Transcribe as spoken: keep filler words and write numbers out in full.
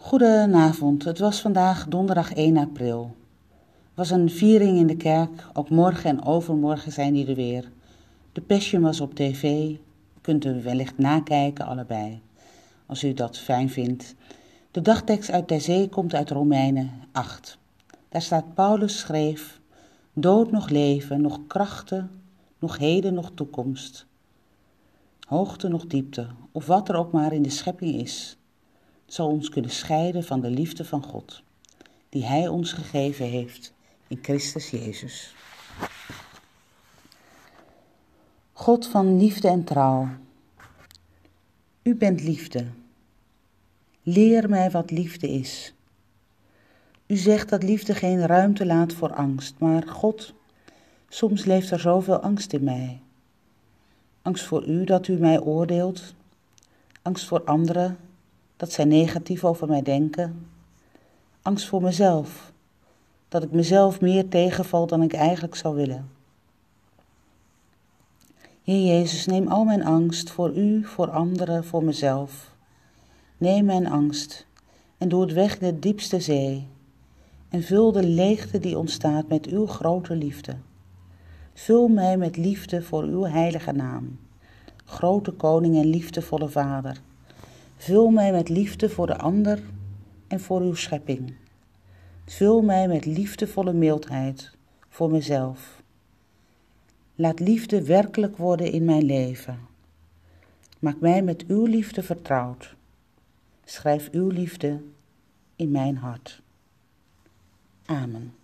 Goedenavond, het was vandaag donderdag één april. Er was een viering in de kerk, ook morgen en overmorgen zijn die er weer. De Passion was op tv, u kunt er wellicht nakijken allebei, als u dat fijn vindt. De dagtekst uit ter zee komt uit Romeinen acht. Daar staat: Paulus schreef: dood nog leven, nog krachten, nog heden nog toekomst. Hoogte nog diepte, of wat er ook maar in de schepping is, zal ons kunnen scheiden van de liefde van God, die Hij ons gegeven heeft in Christus Jezus. God van liefde en trouw, U bent liefde. Leer mij wat liefde is. U zegt dat liefde geen ruimte laat voor angst, maar God, soms leeft er zoveel angst in mij. Angst voor U dat U mij oordeelt, angst voor anderen, dat zij negatief over mij denken, angst voor mezelf, dat ik mezelf meer tegenval dan ik eigenlijk zou willen. Heer Jezus, neem al mijn angst voor U, voor anderen, voor mezelf. Neem mijn angst en doe het weg in de diepste zee en vul de leegte die ontstaat met Uw grote liefde. Vul mij met liefde voor Uw heilige naam, grote koning en liefdevolle Vader. Vul mij met liefde voor de ander en voor Uw schepping. Vul mij met liefdevolle mildheid voor mezelf. Laat liefde werkelijk worden in mijn leven. Maak mij met Uw liefde vertrouwd. Schrijf Uw liefde in mijn hart. Amen.